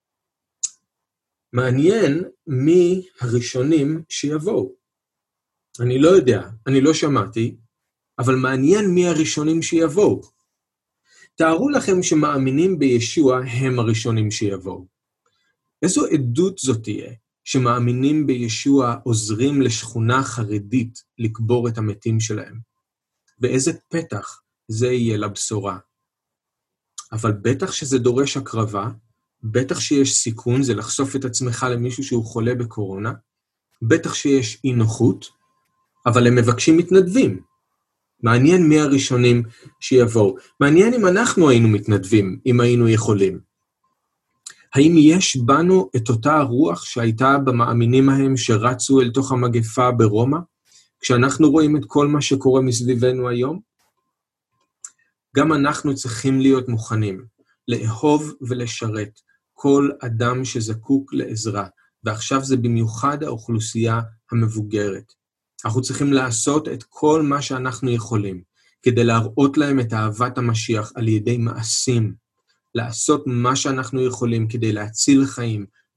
[SPEAKER 1] מעניין מי הראשונים שיבואו. אני לא יודע, אני לא שמעתי, אבל מעניין מי הראשונים שיבואו. תארו לכם שמאמינים בישוע הם הראשונים שיבואו. איזו עדות זאת תהיה שמאמינים בישוע עוזרים לשכונה חרדית לקבור את המתים שלהם? ואיזה פתח זה יהיה לבשורה? אבל בטח שזה דורש הקרבה, בטח שיש סיכון, זה לחשוף את עצמך למישהו שהוא חולה בקורונה, בטח שיש אי נוחות, אבל הם מבקשים מתנדבים. מעניין מי הראשונים שיבואו. מעניין אם אנחנו היינו מתנדבים, אם היינו יכולים. האם יש בנו את אותה הרוח שהייתה במאמינים ההם שרצו אל תוך המגפה ברומא, כשאנחנו רואים את כל מה שקורה מסביבנו היום? גם אנחנו צריכים להיות מוכנים, לאהוב ולשרת כל אדם שזקוק לעזרה, ועכשיו זה במיוחד האוכלוסייה המבוגרת. אנחנו צריכים לעשות את כל מה שאנחנו יכולים, כדי להראות להם את אהבת המשיח על ידי מעשים, לעשות מה שאנחנו יכולים כדי להציל חיים,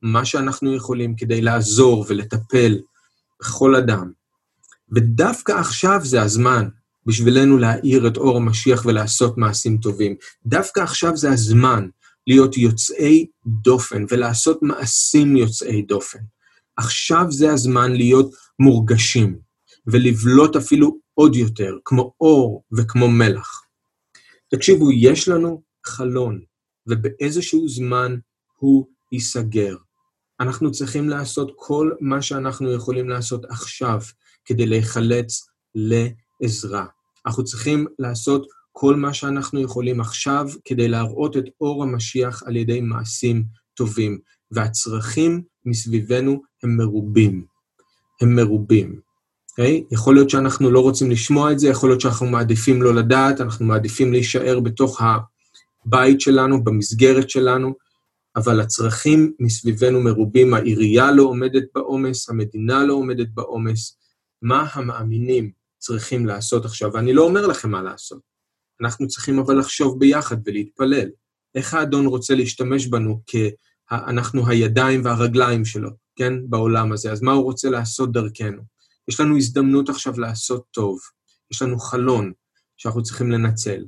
[SPEAKER 1] מה שאנחנו יכולים כדי לעזור ולטפל בכל אדם. ודווקא עכשיו זה הזמן בשבילנו להאיר את אור המשיח ולעשות מעשים טובים. דווקא עכשיו זה הזמן להיות יוצאי דופן ולעשות מעשים יוצאי דופן. עכשיו זה הזמן להיות מורגשים ולבלוט אפילו עוד יותר, כמו אור וכמו מלח. תקשיבו, יש לנו חלון, ובאיזשהו זמן הוא ייסגר. אנחנו צריכים לעשות כל מה שאנחנו יכולים לעשות עכשיו, כדי להיחלץ לעזרה. אנחנו צריכים לעשות כל מה שאנחנו יכולים עכשיו, כדי להראות את אור המשיח על ידי מעשים טובים, והצרכים מסביבנו הם מרובים. הם מרובים. Okay? יכול להיות שאנחנו לא רוצים לשמוע את זה, יכול להיות שאנחנו מעדיפים לא לדעת, אנחנו מעדיפים להישאר בתוך הבית שלנו, במסגרת שלנו, אבל הצרכים מסביבנו מרובים, העירייה לא עומדת בעומס, המדינה לא עומדת בעומס, מה המאמינים צריכים לעשות עכשיו? ואני לא אומר לכם מה לעשות, אנחנו צריכים אבל לחשוב ביחד ולהתפלל. איך האדון רוצה להשתמש בנו אנחנו הידיים והרגליים שלו, כן, בעולם הזה, אז מה הוא רוצה לעשות דרכנו? יש לנו הזדמנות עכשיו לעשות טוב, יש לנו חלון שאנחנו צריכים לנצל.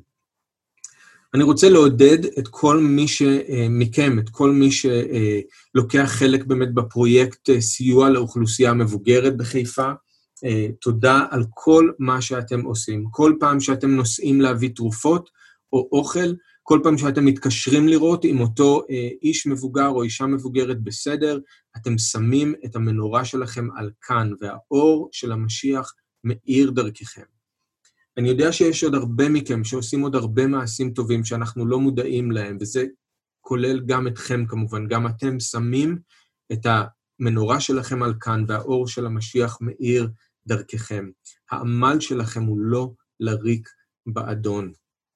[SPEAKER 1] אני רוצה לעודד את כל מי מכם, את כל מי שלוקח חלק באמת בפרויקט סיוע לאוכלוסייה מבוגרת בחיפה. תודה על כל מה שאתם עושים. כל פעם שאתם נוסעים להביא תרופות או אוכל, כל פעם שאתם מתקשרים לראות עם אותו איש מבוגר או אישה מבוגרת בסדר, אתם שמים את המנורה שלכם על כאן, והאור של המשיח מאיר דרככם. אני יודע שיש עוד הרבה מכם שעושים עוד הרבה מעשים טובים שאנחנו לא מודעים להם, וזה כולל גם אתכם כמובן, גם אתם שמים את המנורה שלכם על כאן, והאור של המשיח מאיר דרככם. העמל שלכם הוא לא לריק באדון.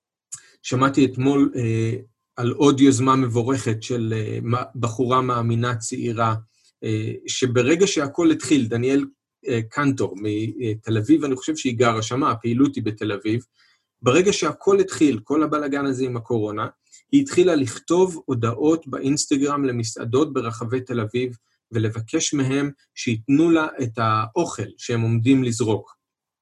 [SPEAKER 1] שמעתי אתמול על עוד יוזמה מבורכת של בחורה מאמינה צעירה, שברגע שהכל התחיל, דניאל קנטור מתל אביב, אני חושב שהיא גרה שמה, הפעילות היא בתל אביב, ברגע שהכל התחיל, כל הבלגן הזה עם הקורונה, היא התחילה לכתוב הודעות באינסטגרם למסעדות ברחבי תל אביב, ולבקש מהם שיתנו לה את האוכל שהם עומדים לזרוק.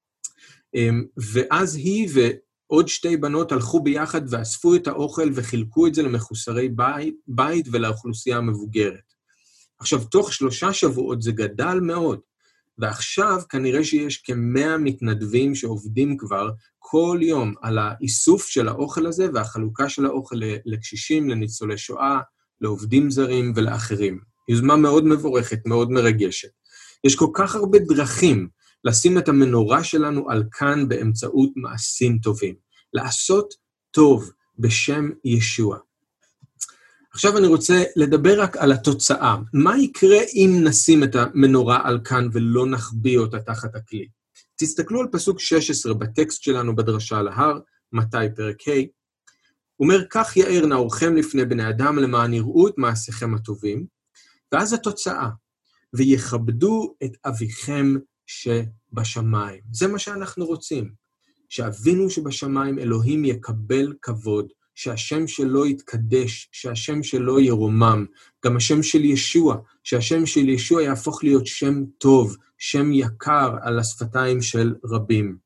[SPEAKER 1] ואז היא ועוד שתי בנות הלכו ביחד ואספו את האוכל וחילקו את זה למחוסרי בית ולאוכלוסייה המבוגרת. עכשיו, תוך 3 שבועות זה גדל מאוד, ועכשיו כנראה שיש כ100 מתנדבים שעובדים כבר כל יום על האיסוף של האוכל הזה והחלוקה של האוכל לקשישים, לניצולי שואה, לעובדים זרים ולאחרים. יוזמה מאוד מבורכת, מאוד מרגשת. יש כל כך הרבה דרכים לשים את המנורה שלנו על כאן באמצעות מעשים טובים. לעשות טוב בשם ישוע. עכשיו אני רוצה לדבר רק על התוצאה. מה יקרה אם נשים את המנורה על כאן ולא נחביא אותה תחת הכלי? תסתכלו על פסוק 16 בטקסט שלנו בדרשה על ההר, מתי פרק ה'. הוא אומר, כך יאר נאורכם לפני בני אדם למען יראו את מעשיכם הטובים, ואז התוצאה, ויכבדו את אביכם שבשמיים. זה מה שאנחנו רוצים, שאבינו שבשמיים אלוהים יקבל כבוד, שהשם שלו יתקדש, שהשם שלו ירומם, גם השם של ישוע, שהשם של ישוע יהפוך להיות שם טוב, שם יקר על השפתיים של רבים.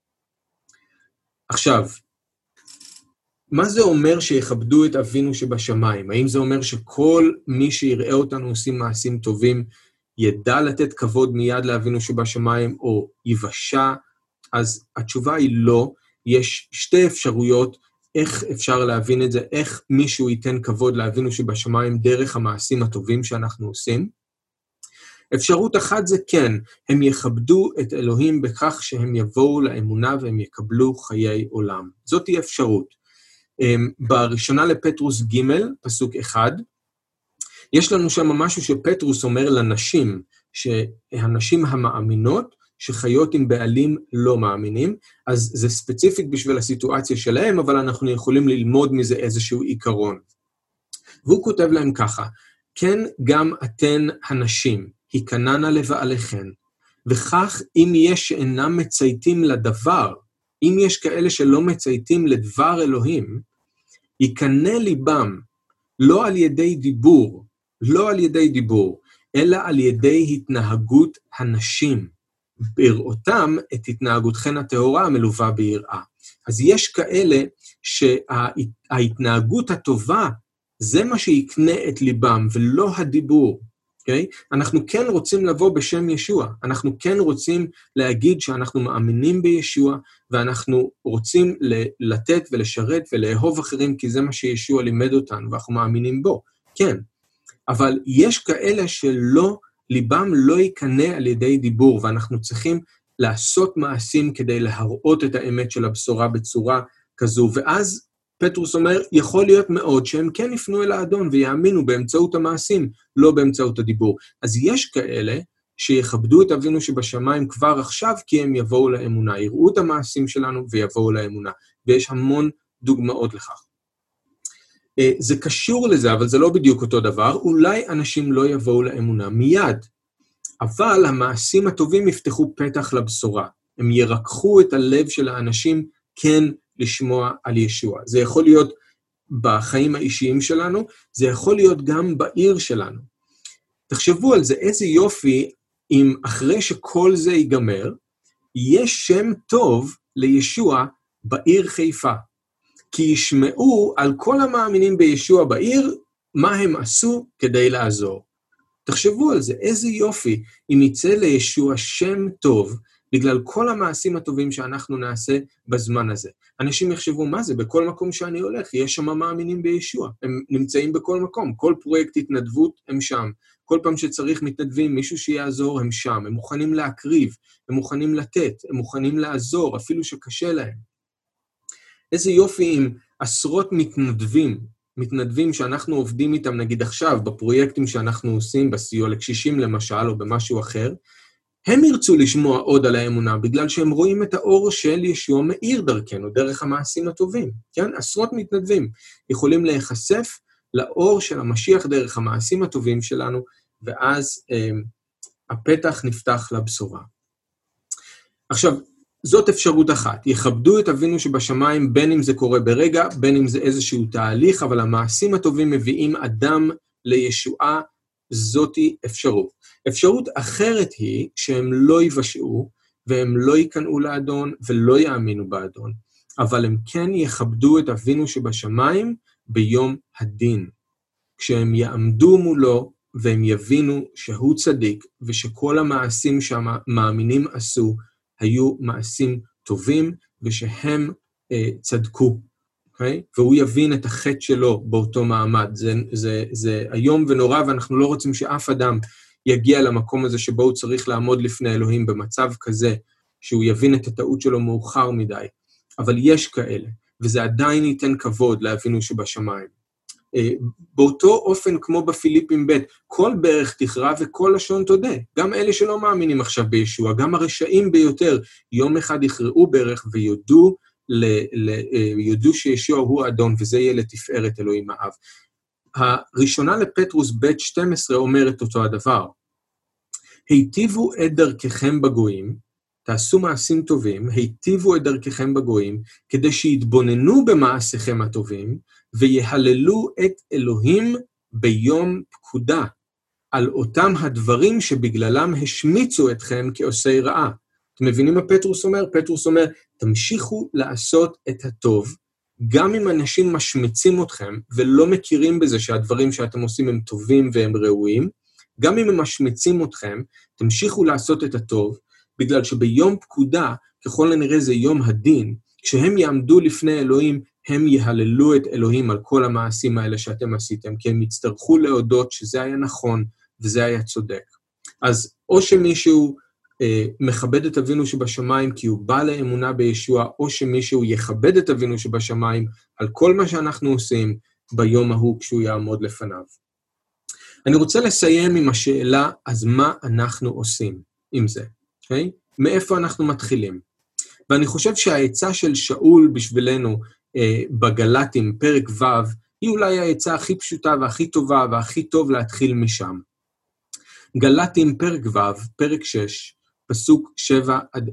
[SPEAKER 1] עכשיו, מה זה אומר שיכבדו את אבינו שבשמיים? האם זה אומר שכל מי שיראה אותנו עושים מעשים טובים, ידע לתת כבוד מיד לאבינו שבשמיים, או יבשע? אז התשובה היא לא. יש 2 אפשרויות איך אפשר להבין את זה, איך מישהו ייתן כבוד לאבינו שבשמיים דרך המעשים הטובים שאנחנו עושים. אפשרות אחת זה כן, הם יכבדו את אלוהים בכך שהם יבואו לאמונה והם יקבלו חיי עולם. זאת היא אפשרות. בראשונה לפטרוס ג' פסוק 1, יש לנו שם משהו שפטרוס אומר לנשים, שהנשים המאמינות שחיות עם בעלים לא מאמינים, אז זה ספציפית בשביל הסיטואציה שלהם, אבל אנחנו יכולים ללמוד מזה איזשהו עיקרון. והוא כותב להם ככה, כן גם אתן הנשים, היכננה לבעליכן, וכך אם יש שאינם מצייתים לדבר, אם יש כאלה שלא מצייתים לדבר אלוהים, יקנה ליבם, לא על ידי דיבור, לא על ידי דיבור, אלא על ידי התנהגות הנשים, בראותם את התנהגותכן הטהורה המלווה ביראה. אז יש כאלה שההתנהגות הטובה, זה מה שיקנה את ליבם, ולא הדיבור. Okay? אנחנו כן רוצים לבוא בשם ישוע, אנחנו כן רוצים להגיד שאנחנו מאמינים בישוע, ואנחנו רוצים לתת ולשרת ולאהוב אחרים, כי זה מה שישוע לימד אותנו, ואנחנו מאמינים בו, כן. אבל יש כאלה שלא, ליבם לא יקנה על ידי דיבור, ואנחנו צריכים לעשות מעשים כדי להראות את האמת של הבשורה בצורה כזו, ואז פטרוס אומר, יכול להיות מאוד שהם כן יפנו אל האדון ויאמינו באמצעות המעשים, לא באמצעות הדיבור. אז יש כאלה שיכבדו את אבינו שבשמיים כבר עכשיו, כי הם יבואו לאמונה, יראו את המעשים שלנו ויבואו לאמונה, ויש המון דוגמאות לכך. זה קשור לזה, אבל זה לא בדיוק אותו דבר, אולי אנשים לא יבואו לאמונה מיד, אבל המעשים הטובים יפתחו פתח לבשורה, הם ירקחו את הלב של האנשים כן לשמוע על ישוע. זה יכול להיות בחיים האישיים שלנו, זה יכול להיות גם בעיר שלנו. תחשבו על זה, איזה יופי אם אחרי שכל זה ייגמר, יש שם טוב לישוע בעיר חיפה. כי ישמעו על כל המאמינים בישוע בעיר, מה הם עשו כדי לעזור. תחשבו על זה, איזה יופי אם יצא לישוע שם טוב, בגלל כל המעשים הטובים שאנחנו נעשה בזמן הזה. אנשים יחשבו, מה זה? בכל מקום שאני הולך, יש שם מאמינים בישוע. הם נמצאים בכל מקום. כל פרויקט התנדבות, הם שם. כל פעם שצריך מתנדבים, מישהו שיעזור, הם שם. הם מוכנים להקריב, הם מוכנים לתת, הם מוכנים לעזור, אפילו שקשה להם. איזה יופי אם עשרות מתנדבים שאנחנו עובדים איתם, נגיד עכשיו, בפרויקטים שאנחנו עושים, בסיוע לקשישים למשל, או במשהו אחר, הם ירצו לשמוע עוד על האמונה, בגלל שהם רואים את האור של ישוע מאיר דרכנו, דרך המעשים הטובים. כן? עשרות מתנדבים יכולים להיחשף לאור של המשיח דרך המעשים הטובים שלנו, ואז הפתח נפתח לבשורה. עכשיו, זאת אפשרות אחת. יכבדו את אבינו שבשמיים, בין אם זה קורה ברגע, בין אם זה איזשהו תהליך, אבל המעשים הטובים מביאים אדם לישועה, זאתי אפשרות. אפשרות אחרת היא שהם לא יבשעו, והם לא ייכנעו לאדון, ולא יאמינו באדון, אבל הם כן יכבדו את אבינו שבשמיים ביום הדין. כשהם יעמדו מולו, והם יבינו שהוא צדיק, ושכל המעשים שהמאמינים עשו, היו מעשים טובים, ושהם צדקו. Okay? והוא יבין את החטא שלו באותו מעמד. זה היום ונורא, ואנחנו לא רוצים שאף אדם יגיע למקום הזה שבו הוא צריך לעמוד לפני אלוהים במצב כזה, שהוא יבין את הטעות שלו מאוחר מדי. אבל יש כאלה, וזה עדיין ייתן כבוד לאבינו שבשמיים. באותו אופן כמו בפיליפים ב', כל ברך תכרע וכל לשון תודה. גם אלה שלא מאמינים עכשיו בישוע, גם הרשעים ביותר, יום אחד יכרעו ברך ויודו שישוע הוא האדון, וזה יהיה לתפארת אלוהים האב. הראשונה לפטרוס ב' 12 אומרת אותו הדבר. היטיבו את דרככם בגויים, תעשו מעשים טובים, היטיבו את דרככם בגויים, כדי שיתבוננו במעשיכם הטובים, ויהללו את אלוהים ביום פקודה, על אותם הדברים שבגללם השמיצו אתכם כעושי רעה. אתם מבינים מה פטרוס אומר? פטרוס אומר, תמשיכו לעשות את הטוב, גם אם אנשים משמיצים אתכם, ולא מכירים בזה שהדברים שאתם עושים הם טובים והם ראויים, גם אם הם משמיצים אתכם, תמשיכו לעשות את הטוב, בגלל שביום פקודה, ככל הנראה זה יום הדין, כשהם יעמדו לפני אלוהים, הם יהללו את אלוהים על כל המעשים האלה שאתם עשיתם, כי הם יצטרכו להודות שזה היה נכון, וזה היה צודק. אז או שמישהו מכבד את אבינו שבשמיים, כי הוא בא לאמונה בישוע, או שמישהו יכבד את אבינו שבשמיים, על כל מה שאנחנו עושים ביום ההוא כשהוא יעמוד לפניו. אני רוצה לסיים עם השאלה, אז מה אנחנו עושים עם זה? Okay? מאיפה אנחנו מתחילים? ואני חושב שהעצה של שאול בשבילנו בגלתים, פרק ו', היא אולי העצה הכי פשוטה והכי טובה והכי טוב להתחיל משם. גלתים, פרק ו', פרק 6, פסוק 7-10.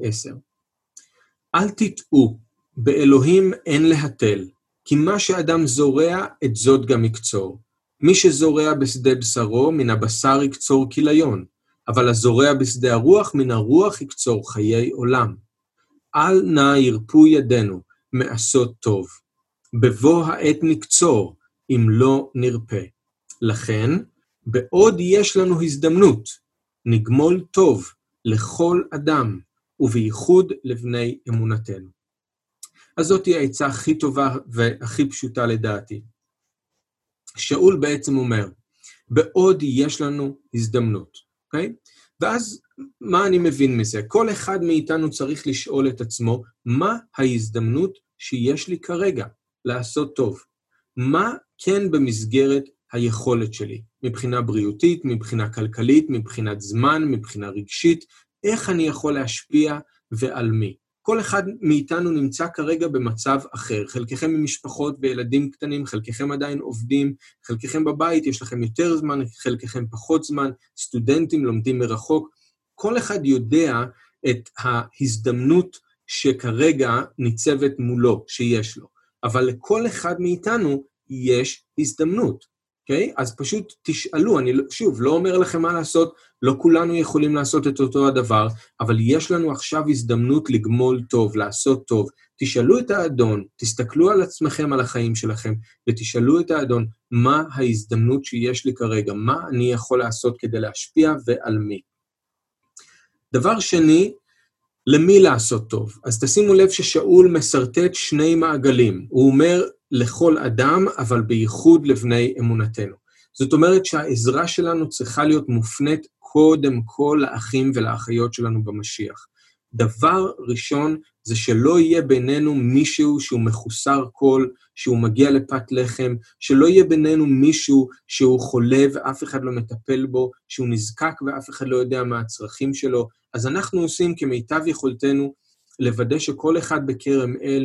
[SPEAKER 1] אל תטעו, באלוהים אין להתל, כי מה שאדם זורע, את זאת גם יקצור. מי שזורע בשדה בשרו, מן הבשר יקצור כיליון, אבל הזורע בשדה הרוח, מן הרוח יקצור חיי עולם. אל נא ירפו ידינו מעשות טוב. בבוא העת נקצור, אם לא נרפה. לכן, בעוד יש לנו הזדמנות, נגמול טוב לכל אדם, ובייחוד לבני אמונתנו. אז זאת היא העצה הכי טובה והכי פשוטה לדעתי. שאול בעצם אומר, בעוד יש לנו הזדמנות, אוקיי? ואז מה אני מבין מזה? כל אחד מאיתנו צריך לשאול את עצמו, מה ההזדמנות שיש לי כרגע לעשות טוב? מה כן במסגרת היכולת שלי? מבחינה בריאותית, מבחינה כלכלית, מבחינת זמן, מבחינה רגשית, איך אני יכול להשפיע ועל מי? כל אחד מאיתנו נמצא כרגע במצב אחר. חלקכם ממשפחות וילדים קטנים, חלקכם עדיין עובדים, חלקכם בבית, יש לכם יותר זמן, חלקכם פחות זמן, סטודנטים לומדים מרחוק. כל אחד יודע את ההזדמנות שכרגע ניצבת מולו, שיש לו. אבל לכל אחד מאיתנו יש הזדמנות. Okay? אז פשוט תשאלו, אני שוב לא אומר לכם מה לעשות, לא כולנו יכולים לעשות את אותו הדבר, אבל יש לנו עכשיו הזדמנות לגמול טוב, לעשות טוב. תשאלו את האדון, תסתכלו על עצמכם, על החיים שלכם, ותשאלו את האדון, מה ההזדמנות שיש לי כרגע, מה אני יכול לעשות כדי להשפיע ועל מי. דבר שני, למי לעשות טוב? אז תשימו לב ששאול מסרטט שני מעגלים. הוא אומר לכל אדם, אבל בייחוד לבני אמונתנו. זאת אומרת שהעזרה שלנו צריכה להיות מופנית קודם כל לאחים ולאחיות שלנו במשיח. דבר ראשון זה שלא יהיה בינינו מישהו שהוא מחוסר קול, שהוא מגיע לפת לחם, שלא יהיה בינינו מישהו שהוא חולה ואף אחד לא מטפל בו, שהוא נזקק ואף אחד לא יודע מה הצרכים שלו. אז אנחנו עושים כמיטב יכולתנו לוודא שכל אחד בכרם אל,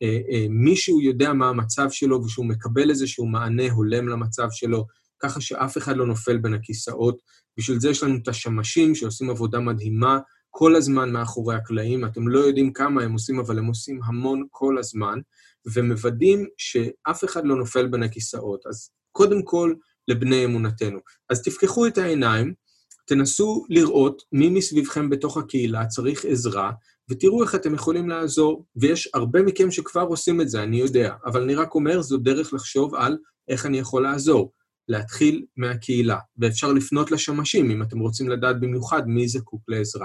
[SPEAKER 1] מישהו יודע מה המצב שלו ושהוא מקבל איזשהו מענה הולם למצב שלו, ככה שאף אחד לא נופל בין הכיסאות. בשביל זה יש לנו את השמשים שעושים עבודה מדהימה כל הזמן מאחורי הקלעים, אתם לא יודעים כמה הם עושים, אבל הם עושים המון כל הזמן, ומוודאים שאף אחד לא נופל בין הכיסאות. אז קודם כל לבני אמונתנו. אז תפקחו את העיניים, תנסו לראות מי מסביבכם בתוך הקהילה צריך עזרה, ותראו איך אתם יכולים לעזור, ויש הרבה מכם שכבר עושים את זה, אני יודע, אבל אני רק אומר, זו דרך לחשוב על איך אני יכול לעזור, להתחיל מהקהילה, ואפשר לפנות לשמשים, אם אתם רוצים לדעת במיוחד מי זקוק לעזרה.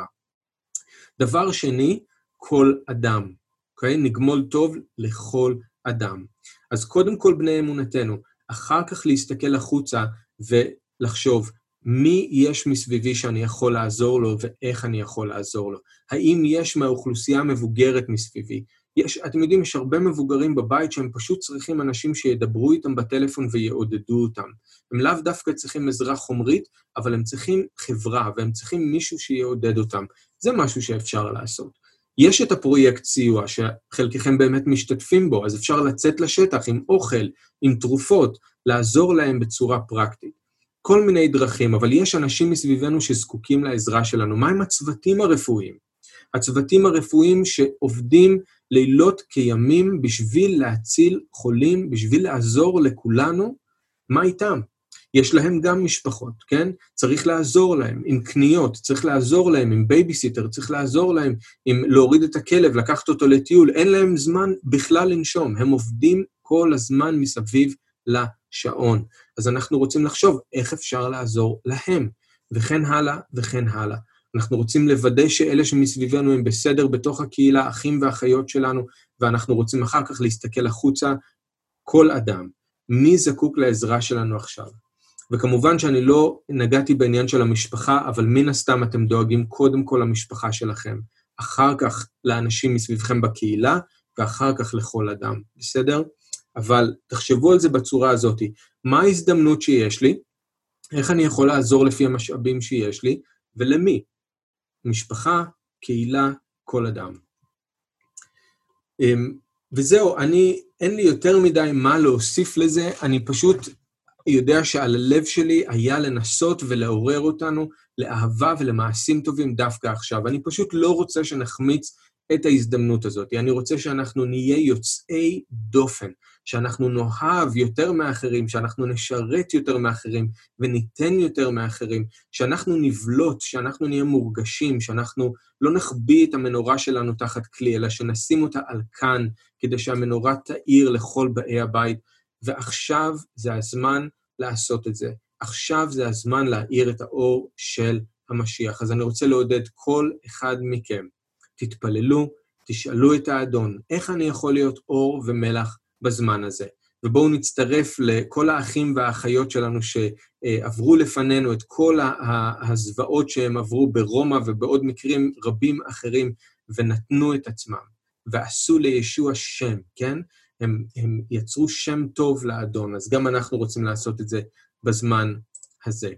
[SPEAKER 1] דבר שני, כל אדם, אוקיי? נגמול טוב לכל אדם. אז קודם כל בני אמונתנו, אחר כך להסתכל החוצה ולחשוב, מי יש מסביבי שאני יכול לעזור לו ואיך אני יכול לעזור לו? האם יש מהאוכלוסייה מבוגרת מסביבי? אתם יודעים, יש הרבה מבוגרים בבית שהם פשוט צריכים אנשים שידברו איתם בטלפון ויעודדו אותם. הם לאו דווקא צריכים עזרה חומרית, אבל הם צריכים חברה והם צריכים מישהו שיעודד אותם. זה משהו שאפשר לעשות. יש את הפרויקט סיוע שחלקכם באמת משתתפים בו, אז אפשר לצאת לשטח עם אוכל, עם תרופות, לעזור להם בצורה פרקטית. כל מיני דרכים, אבל יש אנשים מסביבנו שזקוקים לעזרה שלנו. מה עם הצוותים הרפואיים? הצוותים הרפואיים שעובדים לילות כימים בשביל להציל חולים, בשביל לעזור לכולנו, מה איתם? יש להם גם משפחות, כן? צריך לעזור להם עם קניות, צריך לעזור להם עם בייביסיטר, צריך לעזור להם עם להוריד את הכלב, לקחת אותו לטיול, אין להם זמן בכלל לנשום, הם עובדים כל הזמן מסביב לשעון. אז אנחנו רוצים לחשוב איך אפשר לעזור להם, וכן הלאה וכן הלאה. אנחנו רוצים לוודא שאלה שמסביבנו הם בסדר בתוך הקהילה, אחים ואחיות שלנו, ואנחנו רוצים אחר כך להסתכל החוצה, כל אדם, מי זקוק לעזרה שלנו עכשיו. וכמובן שאני לא נגעתי בעניין של המשפחה, אבל מן הסתם אתם דואגים קודם כל למשפחה שלכם, אחר כך לאנשים מסביבכם בקהילה, ואחר כך לכל אדם, בסדר? אבל תחשבו על זה בצורה הזאת, מה ההזדמנות שיש לי, איך אני יכול לעזור לפי המשאבים שיש לי, ולמי? משפחה, קהילה, כל אדם. וזהו, אין לי יותר מדי מה להוסיף לזה, אני פשוט יודע שעל הלב שלי היה לנסות ולעורר אותנו לאהבה ולמעשים טובים דווקא עכשיו. אני פשוט לא רוצה שנחמיץ את ההזדמנות הזאת. אני רוצה שאנחנו נהיה יוצאי דופן, שאנחנו נאהב יותר מאחרים, שאנחנו נשרת יותר מאחרים, וניתן יותר מאחרים, שאנחנו נבלוט, שאנחנו נהיה מורגשים, שאנחנו לא נחביא את המנורה שלנו תחת כלי, אלא שנשים אותה על כאן, כדי שהמנורה תאיר לכל באי הבית, ועכשיו זה הזמן לעשות את זה. עכשיו זה הזמן להאיר את האור של המשיח. אז אני רוצה לעודד כל אחד מכם. תתפללו, תשאלו את האדון, איך אני יכול להיות אור ומלח בזמן הזה? ובואו נצטרף לכל האחים והאחיות שלנו שעברו לפנינו את כל הזוועות שהם עברו ברומא ובעוד מקרים רבים אחרים, ונתנו את עצמם, ועשו לישוע שם, כן? הם יצרו שם טוב לאדון, אז גם אנחנו רוצים לעשות את זה בזמן הזה.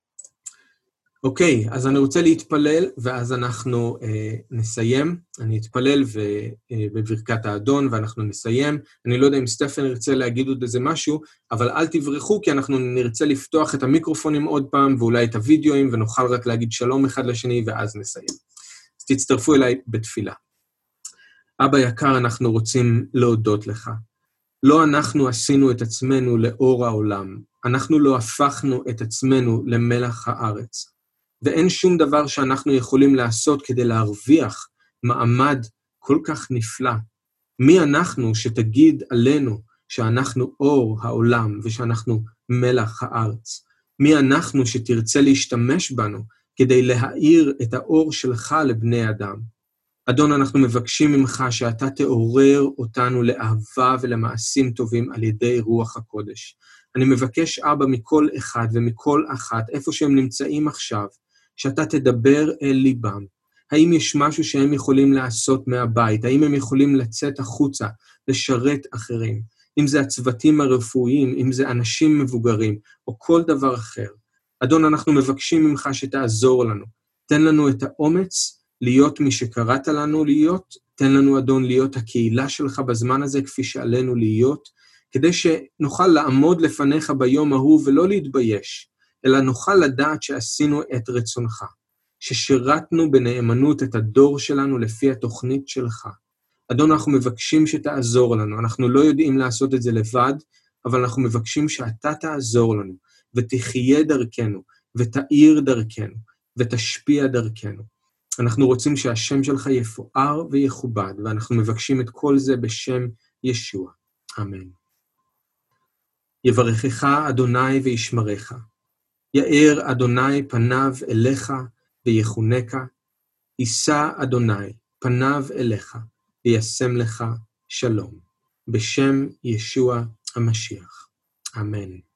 [SPEAKER 1] אוקיי, אז אני רוצה להתפלל, ואז אנחנו נסיים. אני אתפלל בברכת האדון, ואנחנו נסיים. אני לא יודע אם סטפן ירצה להגיד עוד איזה משהו, אבל אל תברחו, כי אנחנו נרצה לפתוח את המיקרופונים עוד פעם, ואולי את הוידאוים, ונוכל רק להגיד שלום אחד לשני, ואז נסיים. אז תצטרפו אליי בתפילה. אבא יקר, אנחנו רוצים להודות לך. לא אנחנו עשינו את עצמנו לאור העולם, אנחנו לא הפכנו את עצמנו למלח הארץ. ואין שום דבר שאנחנו יכולים לעשות כדי להרוויח מעמד כל כך נפלא. מי אנחנו שתגיד עלינו שאנחנו אור העולם ושאנחנו מלח הארץ? מי אנחנו שתרצה להשתמש בנו כדי להאיר את האור שלך לבני אדם? אדון, אנחנו מבקשים ממך שאתה תעורר אותנו לאהבה ולמעשים טובים על ידי רוח הקודש. אני מבקש, אבא, מכל אחד ומכל אחת, איפה שהם נמצאים עכשיו, שאתה תדבר אל ליבם. האם יש משהו שהם יכולים לעשות מהבית? האם הם יכולים לצאת החוצה, לשרת אחרים? אם זה הצוותים הרפואיים, אם זה אנשים מבוגרים, או כל דבר אחר. אדון, אנחנו מבקשים ממך שתעזור לנו. תן לנו את האומץ להיות מי שקראת לנו להיות. תן לנו, אדון, להיות הקהילה שלך בזמן הזה, כפי שעלינו להיות, כדי שנוכל לעמוד לפניך ביום ההוא ולא להתבייש. אלא נוכל לדעת שעשינו את רצונך, ששירתנו בנאמנות את הדור שלנו לפי התוכנית שלך. אדון, אנחנו מבקשים שתעזור לנו, אנחנו לא יודעים לעשות את זה לבד, אבל אנחנו מבקשים שאתה תעזור לנו, ותחיה דרכנו, ותאיר דרכנו, ותשפיע דרכנו. אנחנו רוצים שהשם שלך יפואר ויכובד, ואנחנו מבקשים את כל זה בשם ישוע. אמן. יברכך אדוני וישמרך. יאר אדוני פניו אליך ויחונקה, יישא אדוני פניו אליך וישם לך שלום. בשם ישוע המשיח. אמן.